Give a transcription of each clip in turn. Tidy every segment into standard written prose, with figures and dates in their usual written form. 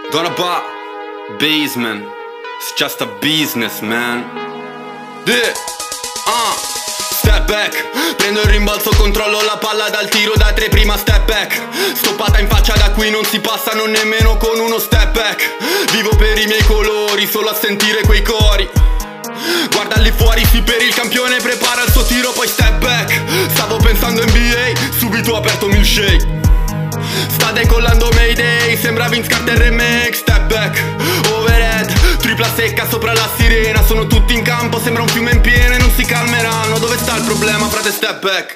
Gonna buy basement. It's just a business, man. Step back, prendo il rimbalzo, controllo la palla dal tiro da tre, prima step back. Stoppata in faccia, da qui non si passa non nemmeno con uno step back. Vivo per i miei colori, solo a sentire quei cori. Guarda lì fuori, sì, per il campione, prepara il suo tiro, poi step back. Stavo pensando NBA, subito ho aperto milkshake. Sta decollando Mayday, sembra Vince Carter remake. Step back, overhead, tripla secca sopra la sirena. Sono tutti in campo, sembra un fiume in piena e non si calmeranno. Dove sta il problema, frate? Step back.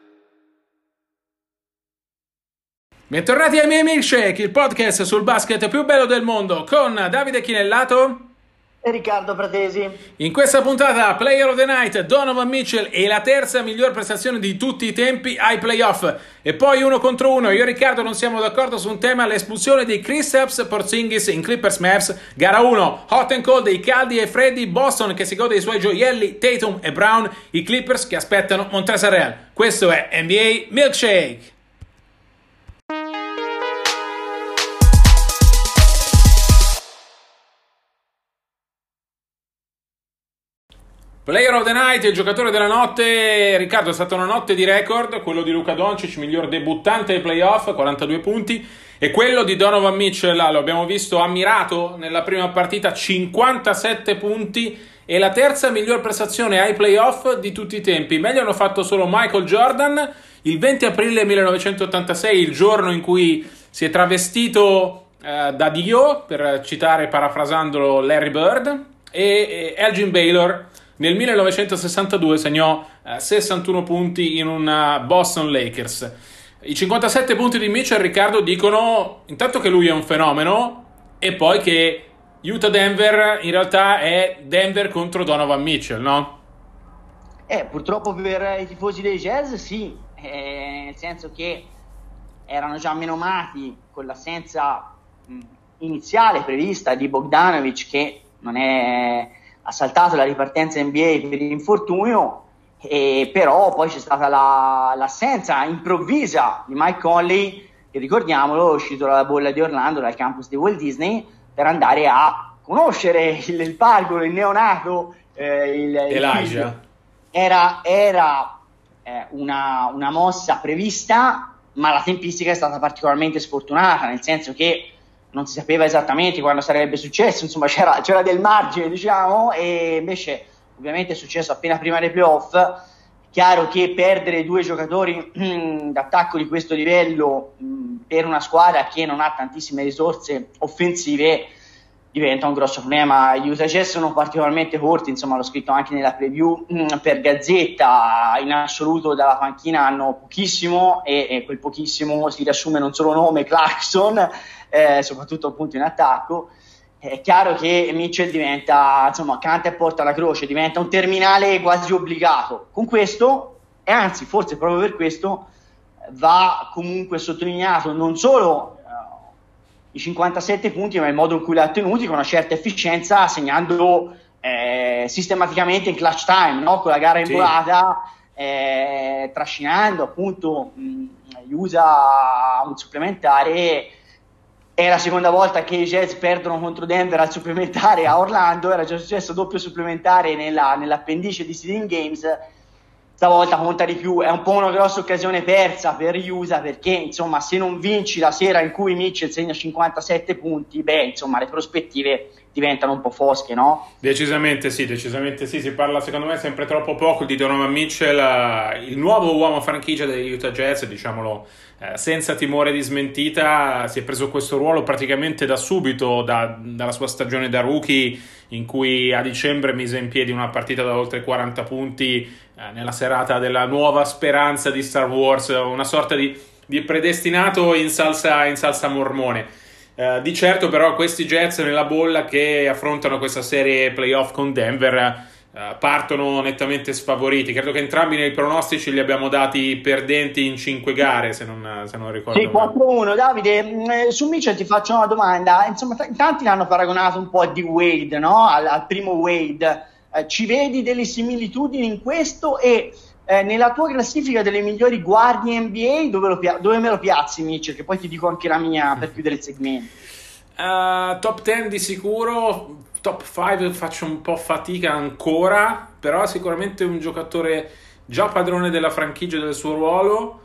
Bentornati ai miei milkshake, il podcast sul basket più bello del mondo, con Davide Chinellato e Riccardo Fratesi. In questa puntata Player of the Night, Donovan Mitchell, e la terza miglior prestazione di tutti i tempi ai playoff. E poi uno contro uno, io e Riccardo non siamo d'accordo su un tema: l'espulsione di Kristaps Porzingis in Clippers Mavs. Gara 1, hot and cold, dei caldi e freddi, Boston che si gode dei suoi gioielli, Tatum e Brown, i Clippers che aspettano Montrezl Harrell. Questo è NBA Milkshake. Player of the Night, il giocatore della notte. Riccardo, è stata una notte di record, quello di Luka Doncic, miglior debuttante ai playoff, 42 punti, e quello di Donovan Mitchell, lo abbiamo visto ammirato nella prima partita, 57 punti, e la terza miglior prestazione ai playoff di tutti i tempi. Meglio hanno fatto solo Michael Jordan il 20 aprile 1986, il giorno in cui si è travestito da Dio, per citare, parafrasandolo, Larry Bird, e Elgin Baylor nel 1962 segnò 61 punti in un Boston Lakers. I 57 punti di Mitchell, Riccardo, dicono intanto che lui è un fenomeno, e poi che Utah-Denver in realtà è Denver contro Donovan Mitchell, no? Purtroppo per i tifosi dei Jazz sì, nel senso che erano già menomati con l'assenza iniziale prevista di Bogdanovic, che non è... ha saltato la ripartenza NBA per infortunio, però poi c'è stata l'assenza improvvisa di Mike Conley, che ricordiamolo è uscito dalla bolla di Orlando, dal campus di Walt Disney, per andare a conoscere il pargolo, il neonato, Elijah. Era una mossa prevista, ma la tempistica è stata particolarmente sfortunata, nel senso che non si sapeva esattamente quando sarebbe successo, insomma c'era del margine, diciamo, e invece ovviamente è successo appena prima dei playoff. Chiaro che perdere due giocatori d'attacco di questo livello per una squadra che non ha tantissime risorse offensive diventa un grosso problema. Gli Utah Jazz sono particolarmente corti, insomma l'ho scritto anche nella preview per Gazzetta, in assoluto dalla panchina hanno pochissimo, e quel pochissimo si riassume in un solo nome, Clarkson, soprattutto appunto in attacco. È chiaro che Mitchell diventa, insomma, canta e porta la croce, diventa un terminale quasi obbligato. Con questo, e anzi forse proprio per questo, va comunque sottolineato non solo i 57 punti, ma il modo in cui li ha ottenuti, con una certa efficienza, segnando sistematicamente in clutch time, no? Con la gara involata, trascinando appunto gli USA un supplementare. È la seconda volta che i Jazz perdono contro Denver al supplementare a Orlando, era già successo doppio supplementare nell'appendice di Seeding Games. Stavolta conta di più, è un po' una grossa occasione persa per gli USA, perché insomma se non vinci la sera in cui Mitchell segna 57 punti, insomma le prospettive diventano un po' fosche, no? Decisamente sì, si parla secondo me sempre troppo poco di Donovan Mitchell, il nuovo uomo franchigia degli Utah Jazz, diciamolo senza timore di smentita. Si è preso questo ruolo praticamente da subito, dalla sua stagione da rookie, in cui a dicembre mise in piedi una partita da oltre 40 punti nella serata della nuova speranza di Star Wars, una sorta di predestinato in salsa mormone. Di certo però questi Jazz nella bolla che affrontano questa serie playoff con Denver partono nettamente sfavoriti. Credo che entrambi nei pronostici li abbiamo dati perdenti in 5 gare, se non ricordo. Sì, 4-1. Davide, su Mitchell ti faccio una domanda. Insomma, tanti l'hanno paragonato un po' di Wade, no? Al primo Wade. Ci vedi delle similitudini in questo? E nella tua classifica delle migliori guardie NBA dove me lo piazzi Mitchell, che poi ti dico anche la mia per chiudere il segmento? Top 10 di sicuro, top 5 faccio un po' fatica ancora, però sicuramente un giocatore già padrone della franchigia e del suo ruolo,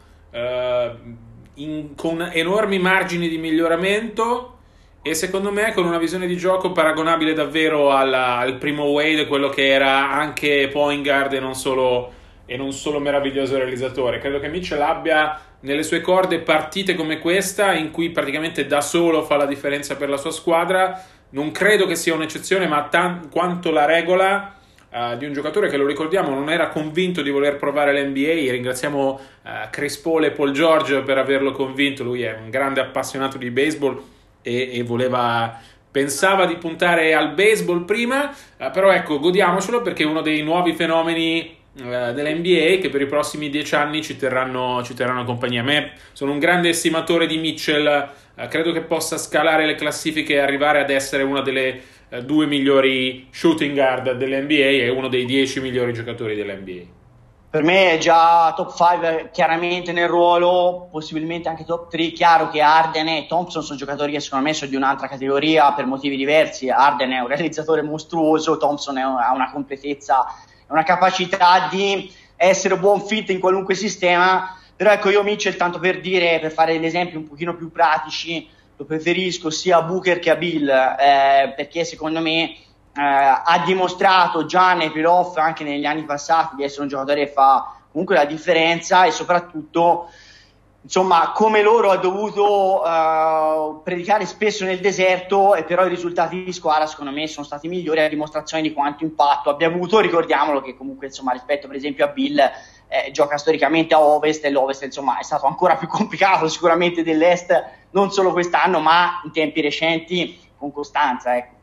con enormi margini di miglioramento e secondo me con una visione di gioco paragonabile davvero al primo Wade, quello che era anche point guard e non solo meraviglioso realizzatore. Credo che Mitchell abbia nelle sue corde partite come questa in cui praticamente da solo fa la differenza per la sua squadra. Non credo che sia un'eccezione, ma quanto la regola di un giocatore che, lo ricordiamo, non era convinto di voler provare l'NBA. Ringraziamo Chris Paul e Paul George per averlo convinto. Lui è un grande appassionato di baseball e pensava di puntare al baseball prima, però ecco, godiamocelo perché è uno dei nuovi fenomeni dell'NBA che per i prossimi 10 anni ci terranno compagnia. A me, sono un grande estimatore di Mitchell, credo che possa scalare le classifiche e arrivare ad essere una delle 2 migliori shooting guard dell'NBA e uno dei 10 migliori giocatori dell'NBA. Per me è già top 5 chiaramente nel ruolo, possibilmente anche top 3. Chiaro che Harden e Thompson sono giocatori che secondo me sono di un'altra categoria per motivi diversi. Harden è un realizzatore mostruoso, Thompson ha una completezza, una capacità di essere un buon fit in qualunque sistema. Però ecco, io Mitchell, tanto per dire, per fare degli esempi un pochino più pratici, lo preferisco sia a Booker che a Bill, perché secondo me ha dimostrato già nei playoff, anche negli anni passati, di essere un giocatore che fa comunque la differenza, e soprattutto, insomma, come loro ha dovuto predicare spesso nel deserto, e però i risultati di squadra secondo me sono stati migliori, a dimostrazione di quanto impatto abbia avuto. Ricordiamolo che comunque, insomma, rispetto per esempio a Bill, gioca storicamente a Ovest, e l'Ovest, insomma, è stato ancora più complicato sicuramente dell'Est, non solo quest'anno ma in tempi recenti con costanza, ecco.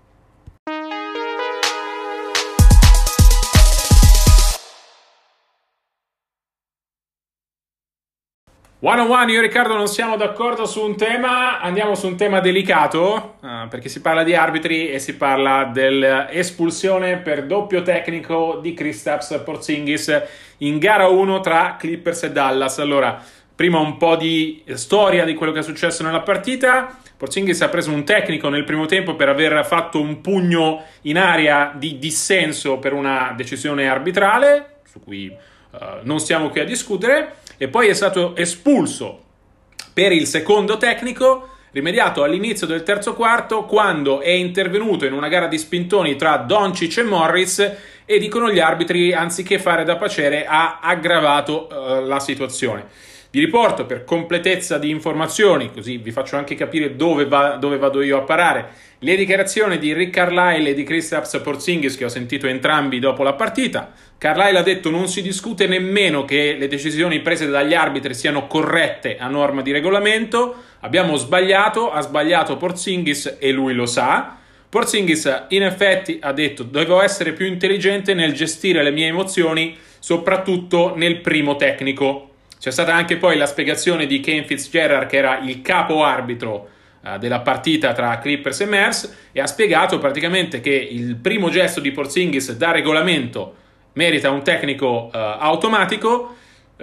One on one, io e Riccardo non siamo d'accordo su un tema, andiamo su un tema delicato, perché si parla di arbitri e si parla dell'espulsione per doppio tecnico di Kristaps Porzingis in gara 1 tra Clippers e Dallas. Allora, prima un po' di storia di quello che è successo nella partita. Porzingis ha preso un tecnico nel primo tempo per aver fatto un pugno in aria di dissenso per una decisione arbitrale, su cui non stiamo qui a discutere, e poi è stato espulso per il secondo tecnico, rimediato all'inizio del terzo quarto, quando è intervenuto in una gara di spintoni tra Doncic e Morris, e dicono gli arbitri, anziché fare da pacere, ha aggravato la situazione. Vi riporto per completezza di informazioni, così vi faccio anche capire dove vado io a parare, le dichiarazioni di Rick Carlisle e di Kristaps Porzingis, che ho sentito entrambi dopo la partita. Carlisle ha detto: non si discute nemmeno che le decisioni prese dagli arbitri siano corrette a norma di regolamento, abbiamo sbagliato, ha sbagliato Porzingis e lui lo sa. Porzingis in effetti ha detto: devo essere più intelligente nel gestire le mie emozioni, soprattutto nel primo tecnico. C'è stata anche poi la spiegazione di Ken Fitzgerald, che era il capo arbitro della partita tra Clippers e Mavs, e ha spiegato praticamente che il primo gesto di Porzingis da regolamento merita un tecnico automatico.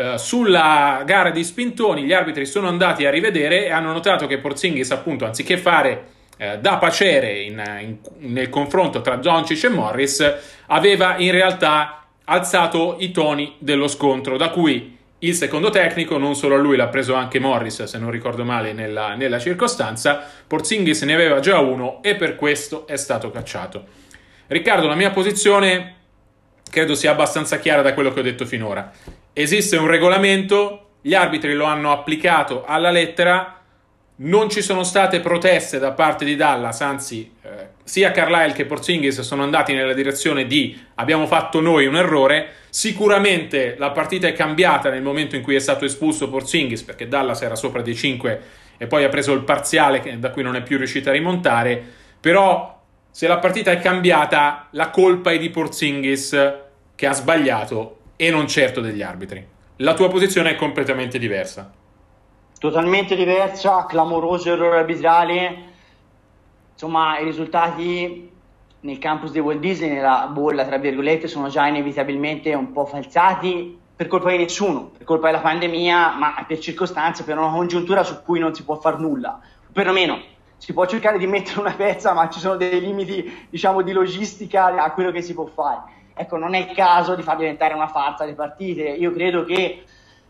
Sulla gara di spintoni gli arbitri sono andati a rivedere e hanno notato che Porzingis, appunto, anziché fare da pacere nel confronto tra Doncic e Morris, aveva in realtà alzato i toni dello scontro, da cui il secondo tecnico, non solo a lui, l'ha preso anche Morris, se non ricordo male, nella circostanza. Porzingis ne aveva già uno e per questo è stato cacciato. Riccardo, la mia posizione credo sia abbastanza chiara da quello che ho detto finora. Esiste un regolamento, gli arbitri lo hanno applicato alla lettera, non ci sono state proteste da parte di Dallas, anzi sia Carlisle che Porzingis sono andati nella direzione di abbiamo fatto noi un errore. Sicuramente la partita è cambiata nel momento in cui è stato espulso Porzingis, perché Dallas era sopra dei 5 e poi ha preso il parziale da cui non è più riuscita a rimontare. Però se la partita è cambiata, la colpa è di Porzingis, che ha sbagliato, e non certo degli arbitri. La tua posizione è completamente diversa. Totalmente diversa, clamoroso errore arbitrale. Insomma, i risultati nel campus di Walt Disney, nella bolla tra virgolette, sono già inevitabilmente un po' falsati per colpa di nessuno, per colpa della pandemia, ma per circostanze, per una congiuntura su cui non si può far nulla. Perlomeno si può cercare di mettere una pezza, ma ci sono dei limiti, diciamo, di logistica a quello che si può fare. Ecco, non è il caso di far diventare una farsa le partite. Io credo che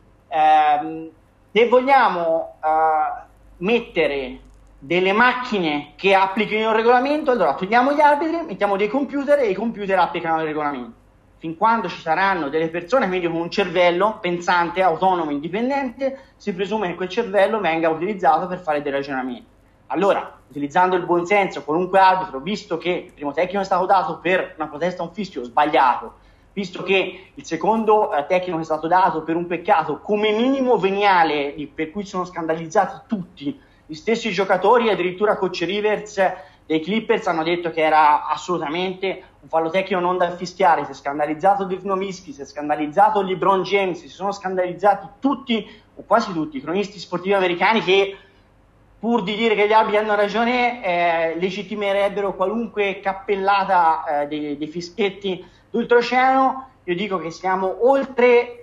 se vogliamo mettere delle macchine che applichino il regolamento, allora togliamo gli arbitri, mettiamo dei computer e i computer applicano il regolamento. Fin quando ci saranno delle persone, quindi con un cervello pensante, autonomo, indipendente, si presume che quel cervello venga utilizzato per fare dei ragionamenti. Allora, utilizzando il buonsenso, qualunque arbitro, visto che il primo tecnico è stato dato per una protesta a un fischio sbagliato, visto che il secondo tecnico è stato dato per un peccato come minimo veniale, per cui sono scandalizzati tutti, gli stessi giocatori, addirittura coach Rivers dei Clippers hanno detto che era assolutamente un fallo tecnico non da fischiare. Si è scandalizzato Dirk Nowitzki, si è scandalizzato LeBron James, si sono scandalizzati tutti o quasi tutti i cronisti sportivi americani, che pur di dire che gli arbitri hanno ragione legittimerebbero qualunque cappellata dei fischietti d'oltreoceano. Io dico che siamo oltre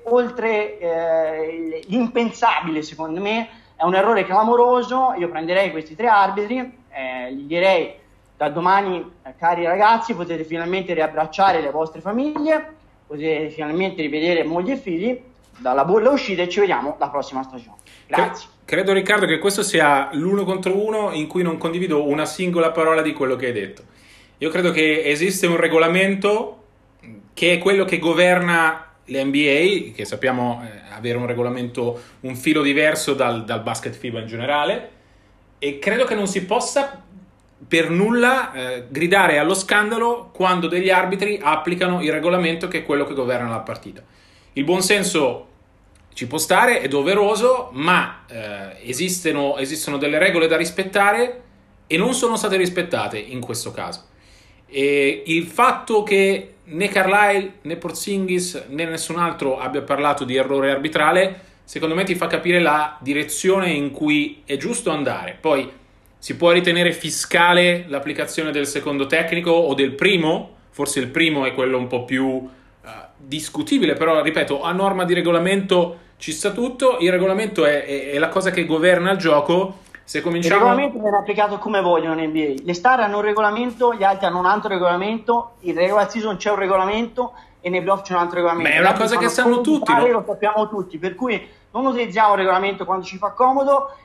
l'impensabile, secondo me. È un errore clamoroso. Io prenderei questi 3 arbitri, gli direi: da domani, cari ragazzi, potete finalmente riabbracciare le vostre famiglie, potete finalmente rivedere mogli e figli, dalla bolla uscite, e ci vediamo la prossima stagione. Grazie. Credo, Riccardo, che questo sia l'1 contro 1 in cui non condivido una singola parola di quello che hai detto. Io credo che esiste un regolamento che è quello che governa le NBA, che sappiamo avere un regolamento un filo diverso dal basket FIBA in generale, e credo che non si possa per nulla gridare allo scandalo quando degli arbitri applicano il regolamento, che è quello che governa la partita. Il buonsenso ci può stare, è doveroso, ma esistono delle regole da rispettare e non sono state rispettate in questo caso. E il fatto che né Carlisle né Porzingis né nessun altro abbia parlato di errore arbitrale, secondo me ti fa capire la direzione in cui è giusto andare. Poi si può ritenere fiscale l'applicazione del secondo tecnico o del primo, forse il primo è quello un po' più discutibile, però ripeto, a norma di regolamento ci sta tutto. Il regolamento è la cosa che governa il gioco. Se cominciamo... Il regolamento viene applicato come vogliono in NBA. Le star hanno un regolamento, gli altri hanno un altro regolamento, in regular season c'è un regolamento e nei playoff c'è un altro regolamento. Ma è una cosa che sanno tutti, no? Lo sappiamo tutti, per cui non utilizziamo un regolamento quando ci fa comodo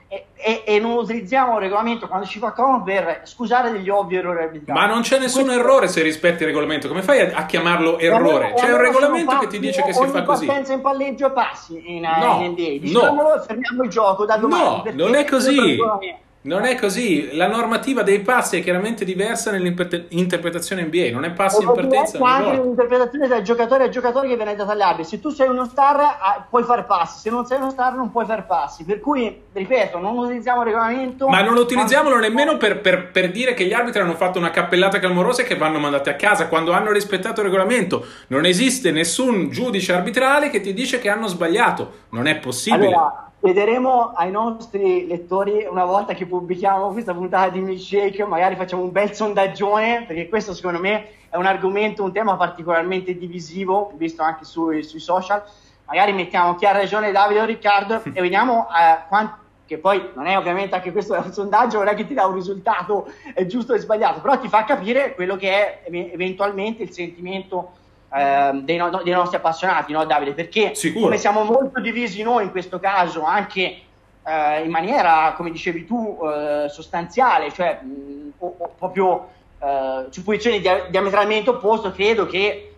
e non utilizziamo un regolamento quando ci fa comodo per scusare degli ovvi errori arbitrali. Ma non c'è nessun errore se rispetti il regolamento. Come fai a chiamarlo errore? C'è un regolamento che ti dice che si fa così. Partenza in palleggio e passi in NBA. Diciamolo e fermiamo il gioco da domani. No, non è così. Non è così. La normativa dei passi è chiaramente diversa nell'interpretazione NBA. Non è passi in partenza. C'è anche un'interpretazione da giocatore a giocatore che viene data agli arbitri. Se tu sei uno star puoi fare passi, se non sei uno star non puoi fare passi. Per cui, ripeto, non utilizziamo il regolamento. Ma non utilizziamolo nemmeno per dire che gli arbitri hanno fatto una cappellata clamorosa e che vanno mandati a casa quando hanno rispettato il regolamento. Non esiste nessun giudice arbitrale che ti dice che hanno sbagliato. Non è possibile. Allora, chiederemo ai nostri lettori, una volta che pubblichiamo questa puntata di Milkshake, magari facciamo un bel sondaggione, perché questo secondo me è un argomento, un tema particolarmente divisivo, visto anche sui social. Magari mettiamo chi ha ragione, Davide o Riccardo, e vediamo che poi non è ovviamente anche questo è un sondaggio, non è che ti dà un risultato giusto e sbagliato, però ti fa capire quello che è eventualmente il sentimento dei nostri appassionati, no Davide? Perché sicuro, come siamo molto divisi noi in questo caso, anche in maniera, come dicevi tu, sostanziale, cioè proprio su posizioni diametralmente opposte, credo che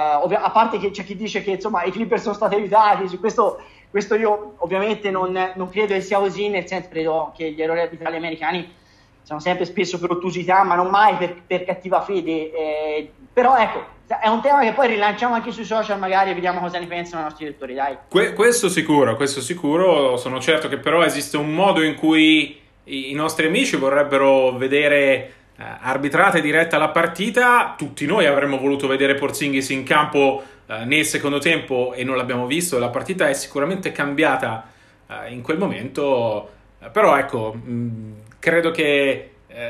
a parte che c'è chi dice che insomma i Clippers sono stati aiutati, su questo io ovviamente non credo che sia così, nel senso credo che gli errori arbitrali americani siano sempre spesso per ottusità, ma non mai per cattiva fede, però ecco, è un tema che poi rilanciamo anche sui social, magari, e vediamo cosa ne pensano i nostri lettori, dai. Questo sicuro, sono certo che però esiste un modo in cui i nostri amici vorrebbero vedere arbitrata e diretta la partita. Tutti noi avremmo voluto vedere Porzingis in campo nel secondo tempo e non l'abbiamo visto. La partita è sicuramente cambiata in quel momento, però ecco, credo che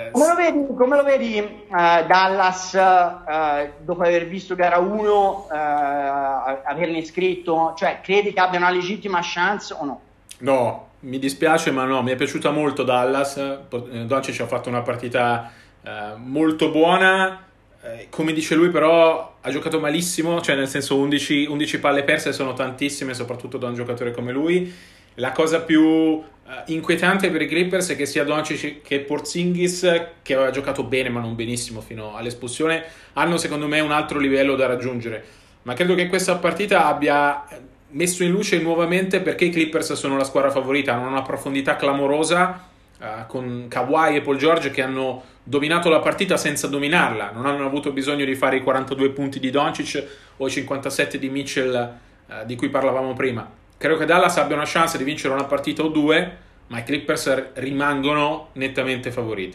come lo vedi Dallas dopo aver visto gara 1 averne scritto, cioè credi che abbia una legittima chance o no? mi dispiace, ma no, mi è piaciuta molto Dallas. Doncic ha fatto una partita molto buona. Come dice lui, però ha giocato malissimo, cioè nel senso 11 palle perse sono tantissime, soprattutto da un giocatore come lui. La cosa più inquietante per i Clippers è che sia Doncic che Porzingis, che aveva giocato bene ma non benissimo fino all'espulsione, hanno secondo me un altro livello da raggiungere. Ma credo che questa partita abbia messo in luce nuovamente perché i Clippers sono la squadra favorita. Hanno una profondità clamorosa, con Kawhi e Paul George che hanno dominato la partita senza dominarla, non hanno avuto bisogno di fare i 42 punti di Doncic o i 57 di Mitchell di cui parlavamo prima. Credo che Dallas abbia una chance di vincere una partita o due, ma i Clippers rimangono nettamente favoriti.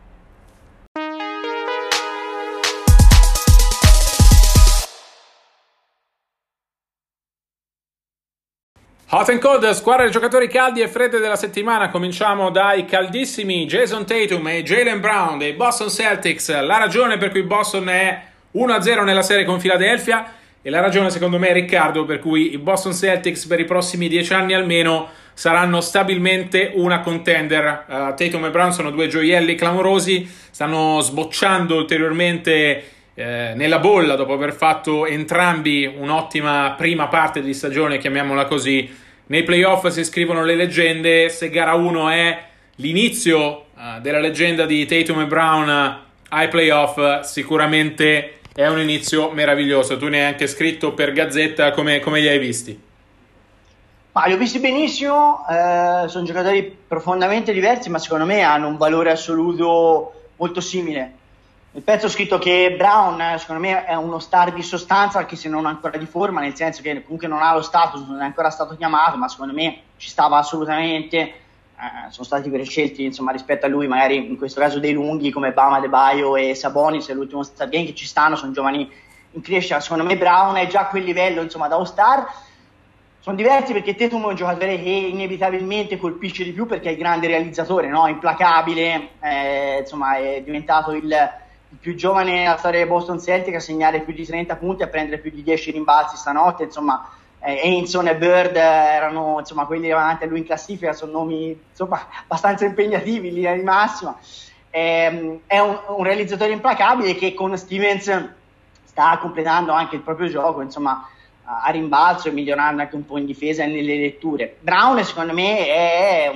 Hot and Cold, squadra dei giocatori caldi e fredde della settimana. Cominciamo dai caldissimi Jason Tatum e Jaylen Brown dei Boston Celtics. La ragione per cui Boston è 1-0 nella serie con Philadelphia e la ragione secondo me, Riccardo, per cui i Boston Celtics per i prossimi 10 anni almeno saranno stabilmente una contender. Tatum e Brown sono due gioielli clamorosi, stanno sbocciando ulteriormente nella bolla dopo aver fatto entrambi un'ottima prima parte di stagione, chiamiamola così. Nei playoff si scrivono le leggende. Se gara 1 è l'inizio della leggenda di Tatum e Brown ai playoff, sicuramente è un inizio meraviglioso. Tu ne hai anche scritto per Gazzetta, come li hai visti? Ma li ho visti benissimo, sono giocatori profondamente diversi, ma secondo me hanno un valore assoluto molto simile. Nel pezzo ho scritto che Brown secondo me è uno star di sostanza, anche se non ancora di forma, nel senso che comunque non ha lo status, non è ancora stato chiamato, ma secondo me ci stava assolutamente. Sono stati prescelti insomma rispetto a lui, magari in questo caso dei lunghi come Bam Adebayo e Sabonis, l'ultimo Star Game, che ci stanno, sono giovani in crescita. Secondo me Brown è già a quel livello insomma da all-star. Sono diversi perché Tatum è un giocatore che inevitabilmente colpisce di più perché è il grande realizzatore, no? Implacabile, insomma è diventato il più giovane nella storia dei Boston Celtics a segnare più di 30 punti, a prendere più di 10 rimbalzi stanotte. Insomma Ainson e Bird erano insomma quelli davanti a lui in classifica, sono nomi insomma abbastanza impegnativi in linea di massima. È un realizzatore implacabile che con Stevens sta completando anche il proprio gioco insomma a rimbalzo e migliorando anche un po' in difesa e nelle letture. Brown secondo me è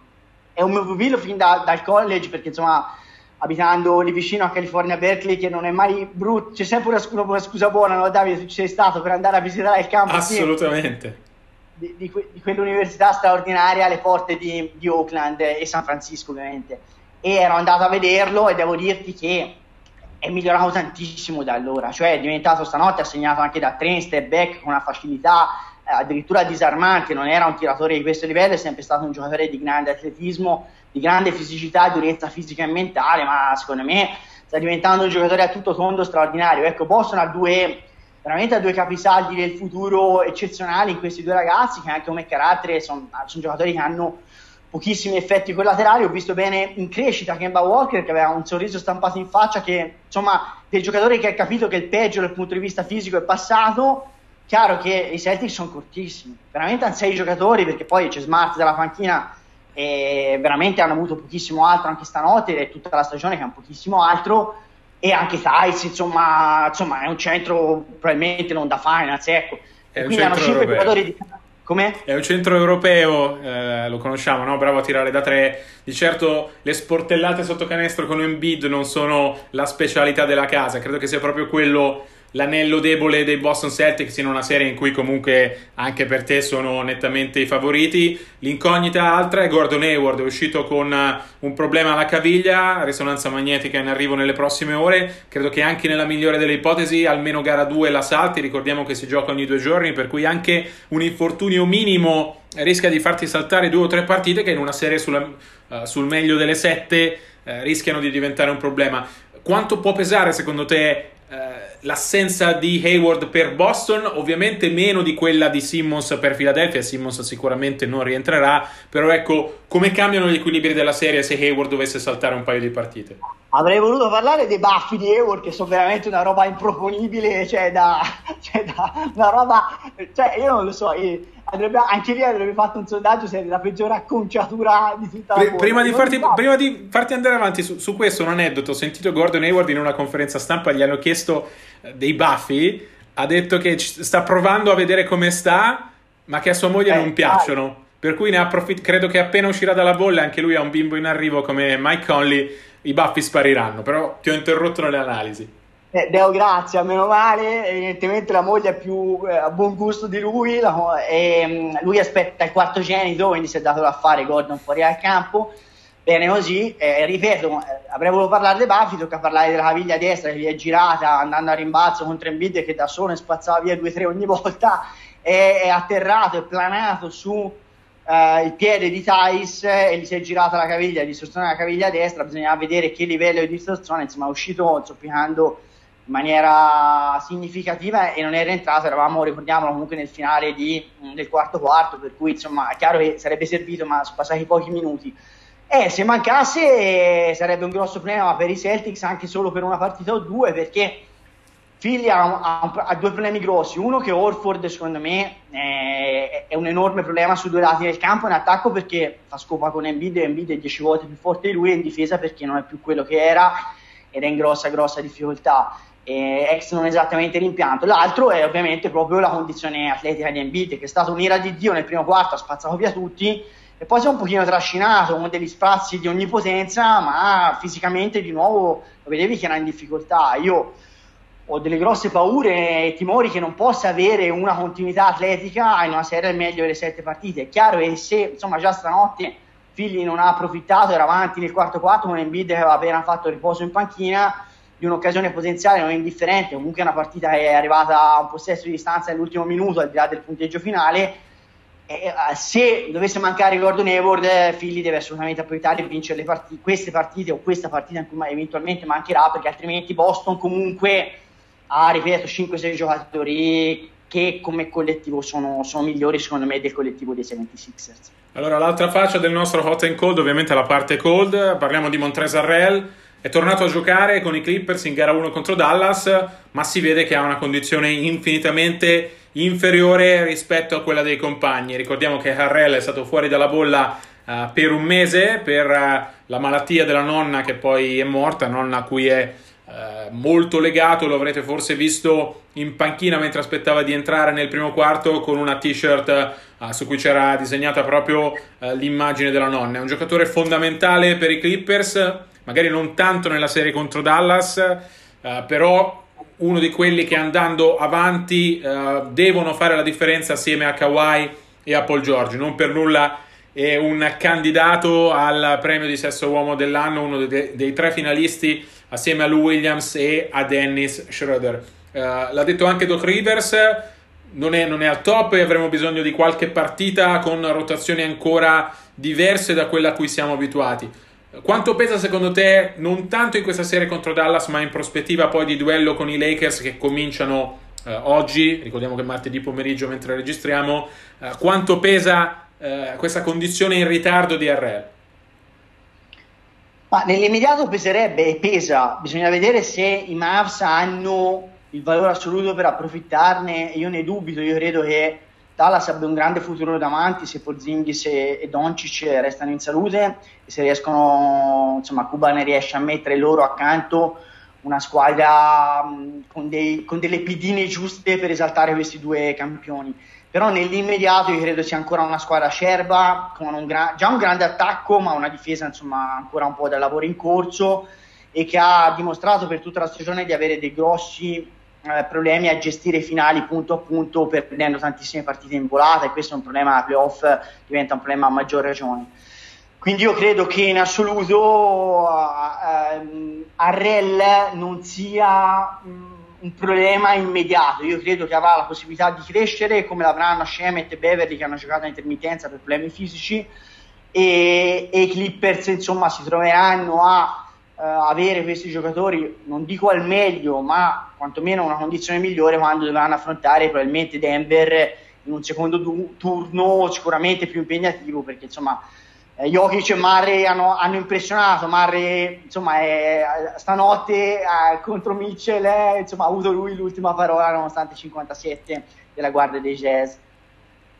un mio pupillo fin dal college, perché insomma abitando lì vicino a California Berkeley, che non è mai brutto, c'è sempre una scusa buona, no Davide, tu ci sei stato per andare a visitare il campus assolutamente di quell'università straordinaria alle porte di Oakland e San Francisco ovviamente, e ero andato a vederlo e devo dirti che è migliorato tantissimo da allora, cioè è diventato stanotte, ha segnato anche da 3 step back con una facilità addirittura disarmante, non era un tiratore di questo livello, è sempre stato un giocatore di grande atletismo, di grande fisicità, durezza fisica e mentale, ma secondo me sta diventando un giocatore a tutto tondo straordinario. Ecco, Boston ha veramente ha due capisaldi del futuro eccezionali in questi due ragazzi, che anche come carattere sono giocatori che hanno pochissimi effetti collaterali. Ho visto bene in crescita Kemba Walker, che aveva un sorriso stampato in faccia, che insomma del giocatore che ha capito che il peggio dal punto di vista fisico è passato. Chiaro che i Celtics sono cortissimi, veramente hanno 6 giocatori, perché poi c'è Smart dalla panchina e veramente hanno avuto pochissimo altro anche stanotte, ed è tutta la stagione che hanno pochissimo altro, e anche Tice insomma è un centro probabilmente non da finals, ecco. È quindi hanno 5 giocatori di... Com'è? È un centro europeo, lo conosciamo, no? Bravo a tirare da 3. Di certo le sportellate sotto canestro con Embiid non sono la specialità della casa, credo che sia proprio quello l'anello debole dei Boston Celtics in una serie in cui comunque anche per te sono nettamente i favoriti. L'incognita altra è Gordon Hayward, è uscito con un problema alla caviglia, risonanza magnetica in arrivo nelle prossime ore, credo che anche nella migliore delle ipotesi almeno gara 2 la salti, ricordiamo che si gioca ogni 2 giorni, per cui anche un infortunio minimo rischia di farti saltare 2 o 3 partite che in una serie sul meglio delle 7 rischiano di diventare un problema. Quanto può pesare secondo te l'assenza di Hayward per Boston? Ovviamente meno di quella di Simmons per Philadelphia. Simmons sicuramente non rientrerà, però ecco, come cambiano gli equilibri della serie se Hayward dovesse saltare un paio di partite? Avrei voluto parlare dei baffi di Hayward, che sono veramente una roba improponibile, cioè una roba, cioè io non lo so, anche lì avrebbe fatto un sondaggio se è la peggiore acconciatura di tutta la prima di farti andare avanti su questo, un aneddoto. Ho sentito Gordon Hayward in una conferenza stampa, gli hanno chiesto dei baffi, ha detto che sta provando a vedere come sta, ma che a sua moglie non piacciono, per cui ne credo che appena uscirà dalla bolla, anche lui ha un bimbo in arrivo come Mike Conley, i baffi spariranno. Però ti ho interrotto nelle analisi. Deo grazie, meno male, evidentemente la moglie è più a buon gusto di lui, lui aspetta il quartogenito, quindi si è dato da fare Gordon fuori dal campo, bene così, ripeto, avrei voluto parlare dei baffi, tocca parlare della caviglia destra che gli è girata andando a rimbalzo contro Embiid, che da solo ne spazzava via 2-3 ogni volta, è atterrato, è planato su il piede di Theis e gli si è girata la caviglia, distorsione della caviglia destra, bisognava vedere che livello di distorsione, insomma è uscito zoppicando in maniera significativa e non è rientrato, eravamo, ricordiamolo, comunque nel finale del quarto, per cui insomma è chiaro che sarebbe servito, ma sono passati pochi minuti. Se mancasse sarebbe un grosso problema per i Celtics, anche solo per una partita o due, perché Philly ha due problemi grossi. Uno, che Horford secondo me è un enorme problema su due lati del campo, in attacco perché fa scopa con Embiid e Embiid è 10 volte più forte di lui, e in difesa perché non è più quello che era ed è in grossa difficoltà. Ex non esattamente l'impianto. L'altro è ovviamente proprio la condizione atletica di Embiid, che è stato un'ira di Dio nel primo quarto, ha spazzato via tutti e poi si è un pochino trascinato con degli spazi di onnipotenza, ma fisicamente di nuovo lo vedevi che era in difficoltà. Io ho delle grosse paure e timori che non possa avere una continuità atletica in una serie al meglio delle 7 partite. È chiaro che se insomma già stanotte Philly non ha approfittato, era avanti nel quarto con Embiid che aveva appena fatto riposo in panchina, di un'occasione potenziale non indifferente, comunque è una partita che è arrivata a un possesso di distanza nell'ultimo minuto al di là del punteggio finale, se dovesse mancare Gordon Hayward, Philly deve assolutamente approfittare e vincere queste partite o questa partita in cui eventualmente mancherà, perché altrimenti Boston comunque ha, ripeto, 5-6 giocatori che come collettivo sono migliori secondo me del collettivo dei 76ers. Allora, l'altra faccia del nostro hot and cold, ovviamente la parte cold, parliamo di Montrezl Harrell. È tornato a giocare con i Clippers in gara 1 contro Dallas, ma si vede che ha una condizione infinitamente inferiore rispetto a quella dei compagni. Ricordiamo che Harrell è stato fuori dalla bolla per un mese per la malattia della nonna, che poi è morta, nonna a cui è molto legato. Lo avrete forse visto in panchina mentre aspettava di entrare nel primo quarto con una t-shirt su cui c'era disegnata proprio l'immagine della nonna. È un giocatore fondamentale per i Clippers, magari non tanto nella serie contro Dallas, però uno di quelli che andando avanti devono fare la differenza assieme a Kawhi e a Paul George. Non per nulla è un candidato al premio di sesto uomo dell'anno, uno dei 3 finalisti assieme a Lou Williams e a Dennis Schroeder. L'ha detto anche Doc Rivers, non è al top e avremo bisogno di qualche partita con rotazioni ancora diverse da quella a cui siamo abituati. Quanto pesa secondo te, non tanto in questa serie contro Dallas, ma in prospettiva poi di duello con i Lakers che cominciano oggi, ricordiamo che martedì pomeriggio mentre registriamo, quanto pesa questa condizione in ritardo di Harrell? Ma nell'immediato peserebbe e pesa, bisogna vedere se i Mavs hanno il valore assoluto per approfittarne. Io ne dubito, io credo che Dallas abbia un grande futuro davanti se Porzingis e Doncic restano in salute e se riescono, insomma, Cuban riesce a mettere loro accanto una squadra con delle pedine giuste per esaltare questi due campioni. Però nell'immediato io credo sia ancora una squadra acerba, con già un grande attacco, ma una difesa insomma ancora un po' da lavoro in corso, e che ha dimostrato per tutta la stagione di avere dei grossi problemi a gestire i finali punto a punto, perdendo tantissime partite in volata, e questo è un problema a playoff, diventa un problema a maggior ragione. Quindi io credo che in assoluto Harrell non sia un problema immediato. Io credo che avrà la possibilità di crescere come l'avranno Shamet e Beverly, che hanno giocato a intermittenza per problemi fisici, e i Clippers insomma si troveranno a avere questi giocatori, non dico al meglio, ma quantomeno una condizione migliore quando dovranno affrontare probabilmente Denver in un secondo turno sicuramente più impegnativo, perché insomma Jokic e Murray hanno impressionato. Murray insomma stanotte contro Mitchell insomma ha avuto lui l'ultima parola nonostante 57 della guardia dei Jazz.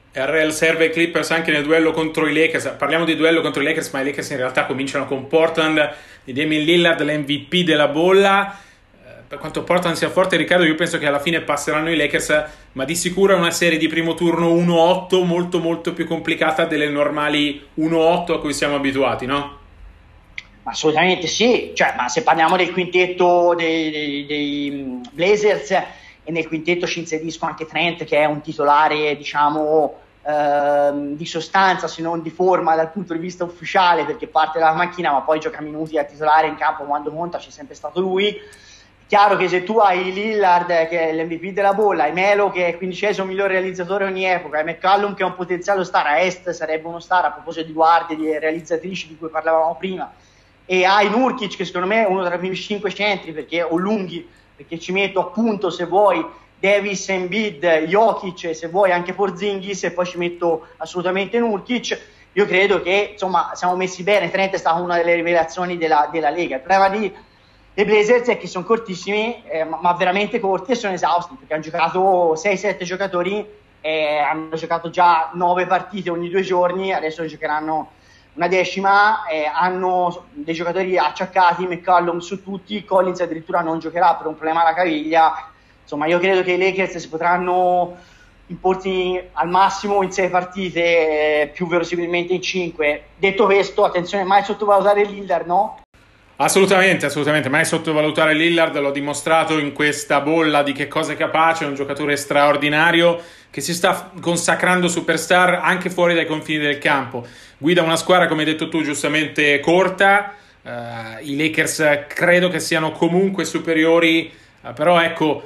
RL serve i Clippers anche nel duello contro i Lakers. Parliamo di duello contro i Lakers, ma i Lakers in realtà cominciano con Portland di Damian Lillard, l'MVP della bolla. Per quanto Portland sia forte, Riccardo, io penso che alla fine passeranno i Lakers, ma di sicuro è una serie di primo turno 1-8 molto molto più complicata delle normali 1-8 a cui siamo abituati, no? Assolutamente sì, cioè, ma se parliamo del quintetto dei Blazers, e nel quintetto ci inserisco anche Trent, che è un titolare, diciamo, di sostanza se non di forma dal punto di vista ufficiale, perché parte dalla macchina ma poi gioca minuti a titolare in campo quando conta, c'è sempre stato lui. Chiaro che se tu hai Lillard, che è l'MVP della bolla, hai Melo, che è il 15° miglior realizzatore ogni epoca, e McCallum, che è un potenziale star, a Est sarebbe uno star, a proposito di guardie, di realizzatrici di cui parlavamo prima, e hai Nurkic, che secondo me è uno tra i primi 5 centri, perché o lunghi, perché ci metto appunto, se vuoi, Davis, Embiid, Jokic, se vuoi anche Porzingis, e poi ci metto assolutamente Nurkic. Io credo che, insomma, siamo messi bene. Trent è stata una delle rivelazioni della Lega. Il problema dei Blazers è che sono cortissimi, ma veramente corti, e sono esausti, perché hanno giocato 6-7 giocatori, hanno giocato già 9 partite ogni 2 giorni, adesso giocheranno una 10ª, hanno dei giocatori acciaccati, McCollum su tutti, Collins addirittura non giocherà per un problema alla caviglia. Insomma, io credo che i Lakers si potranno imporsi al massimo in 6 partite, più verosimilmente in 5. Detto questo, attenzione, mai sottovalutare Lillard, no? Assolutamente, assolutamente, mai sottovalutare Lillard, l'ho dimostrato in questa bolla di che cosa è capace, è un giocatore straordinario che si sta consacrando superstar anche fuori dai confini del campo. Guida una squadra, come hai detto tu, giustamente corta. I Lakers credo che siano comunque superiori, però ecco,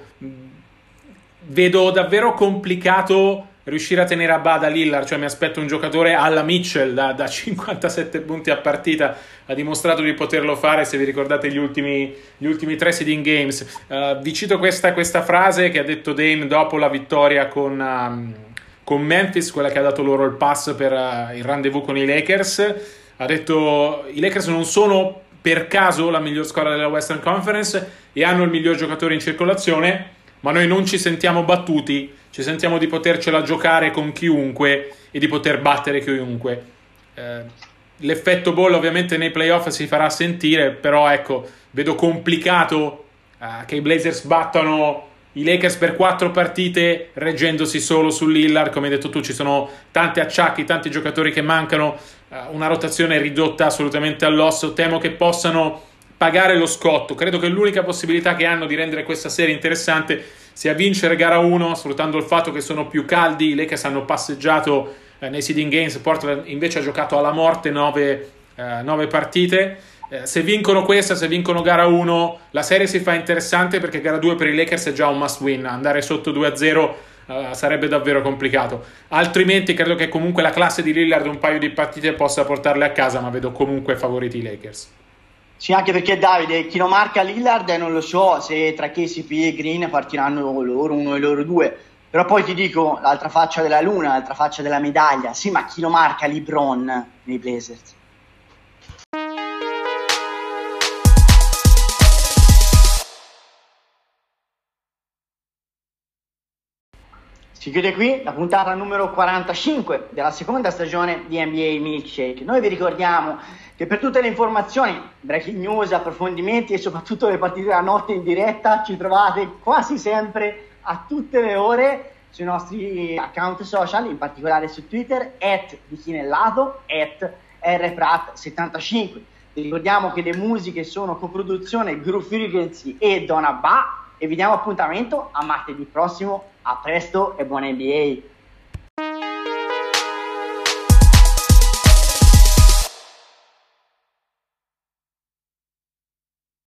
vedo davvero complicato riuscire a tenere a bada Lillard, cioè mi aspetto un giocatore alla Mitchell da 57 punti a partita. Ha dimostrato di poterlo fare, se vi ricordate gli ultimi 3 seeding games. Vi cito questa frase che ha detto Dame dopo la vittoria con Memphis, quella che ha dato loro il pass per il rendezvous con i Lakers. Ha detto: i Lakers non sono per caso la miglior squadra della Western Conference e hanno il miglior giocatore in circolazione, ma noi non ci sentiamo battuti, ci sentiamo di potercela giocare con chiunque e di poter battere chiunque. L'effetto bolla ovviamente nei playoff si farà sentire, però ecco, vedo complicato che i Blazers battano i Lakers per 4 partite reggendosi solo su Lillard. Come hai detto tu, ci sono tanti acciacchi, tanti giocatori che mancano, una rotazione ridotta assolutamente all'osso. Temo che possano pagare lo scotto. Credo che l'unica possibilità che hanno di rendere questa serie interessante sia vincere gara 1, sfruttando il fatto che sono più caldi. I Lakers hanno passeggiato nei seeding games, Portland invece ha giocato alla morte 9 partite. Se vincono questa, se vincono gara 1, la serie si fa interessante, perché gara 2 per i Lakers è già un must win. Andare sotto 2-0 sarebbe davvero complicato. Altrimenti credo che comunque la classe di Lillard un paio di partite possa portarle a casa, ma vedo comunque favoriti i Lakers. Sì, anche perché Davide, chi lo marca Lillard, non lo so se tra KCP e Green partiranno loro uno e loro due. Però poi ti dico l'altra faccia della luna, l'altra faccia della medaglia. Sì, ma chi lo marca LeBron nei Blazers? Si chiude qui la puntata numero 45 della seconda stagione di NBA Milkshake. Noi vi ricordiamo che per tutte le informazioni, breaking news, approfondimenti e soprattutto le partite della notte in diretta ci trovate quasi sempre a tutte le ore sui nostri account social, in particolare su Twitter, @dichinellato, @rprat75. Vi ricordiamo che le musiche sono coproduzione Groove Frequency e Donna Ba, e vi diamo appuntamento a martedì prossimo. A presto e buona NBA!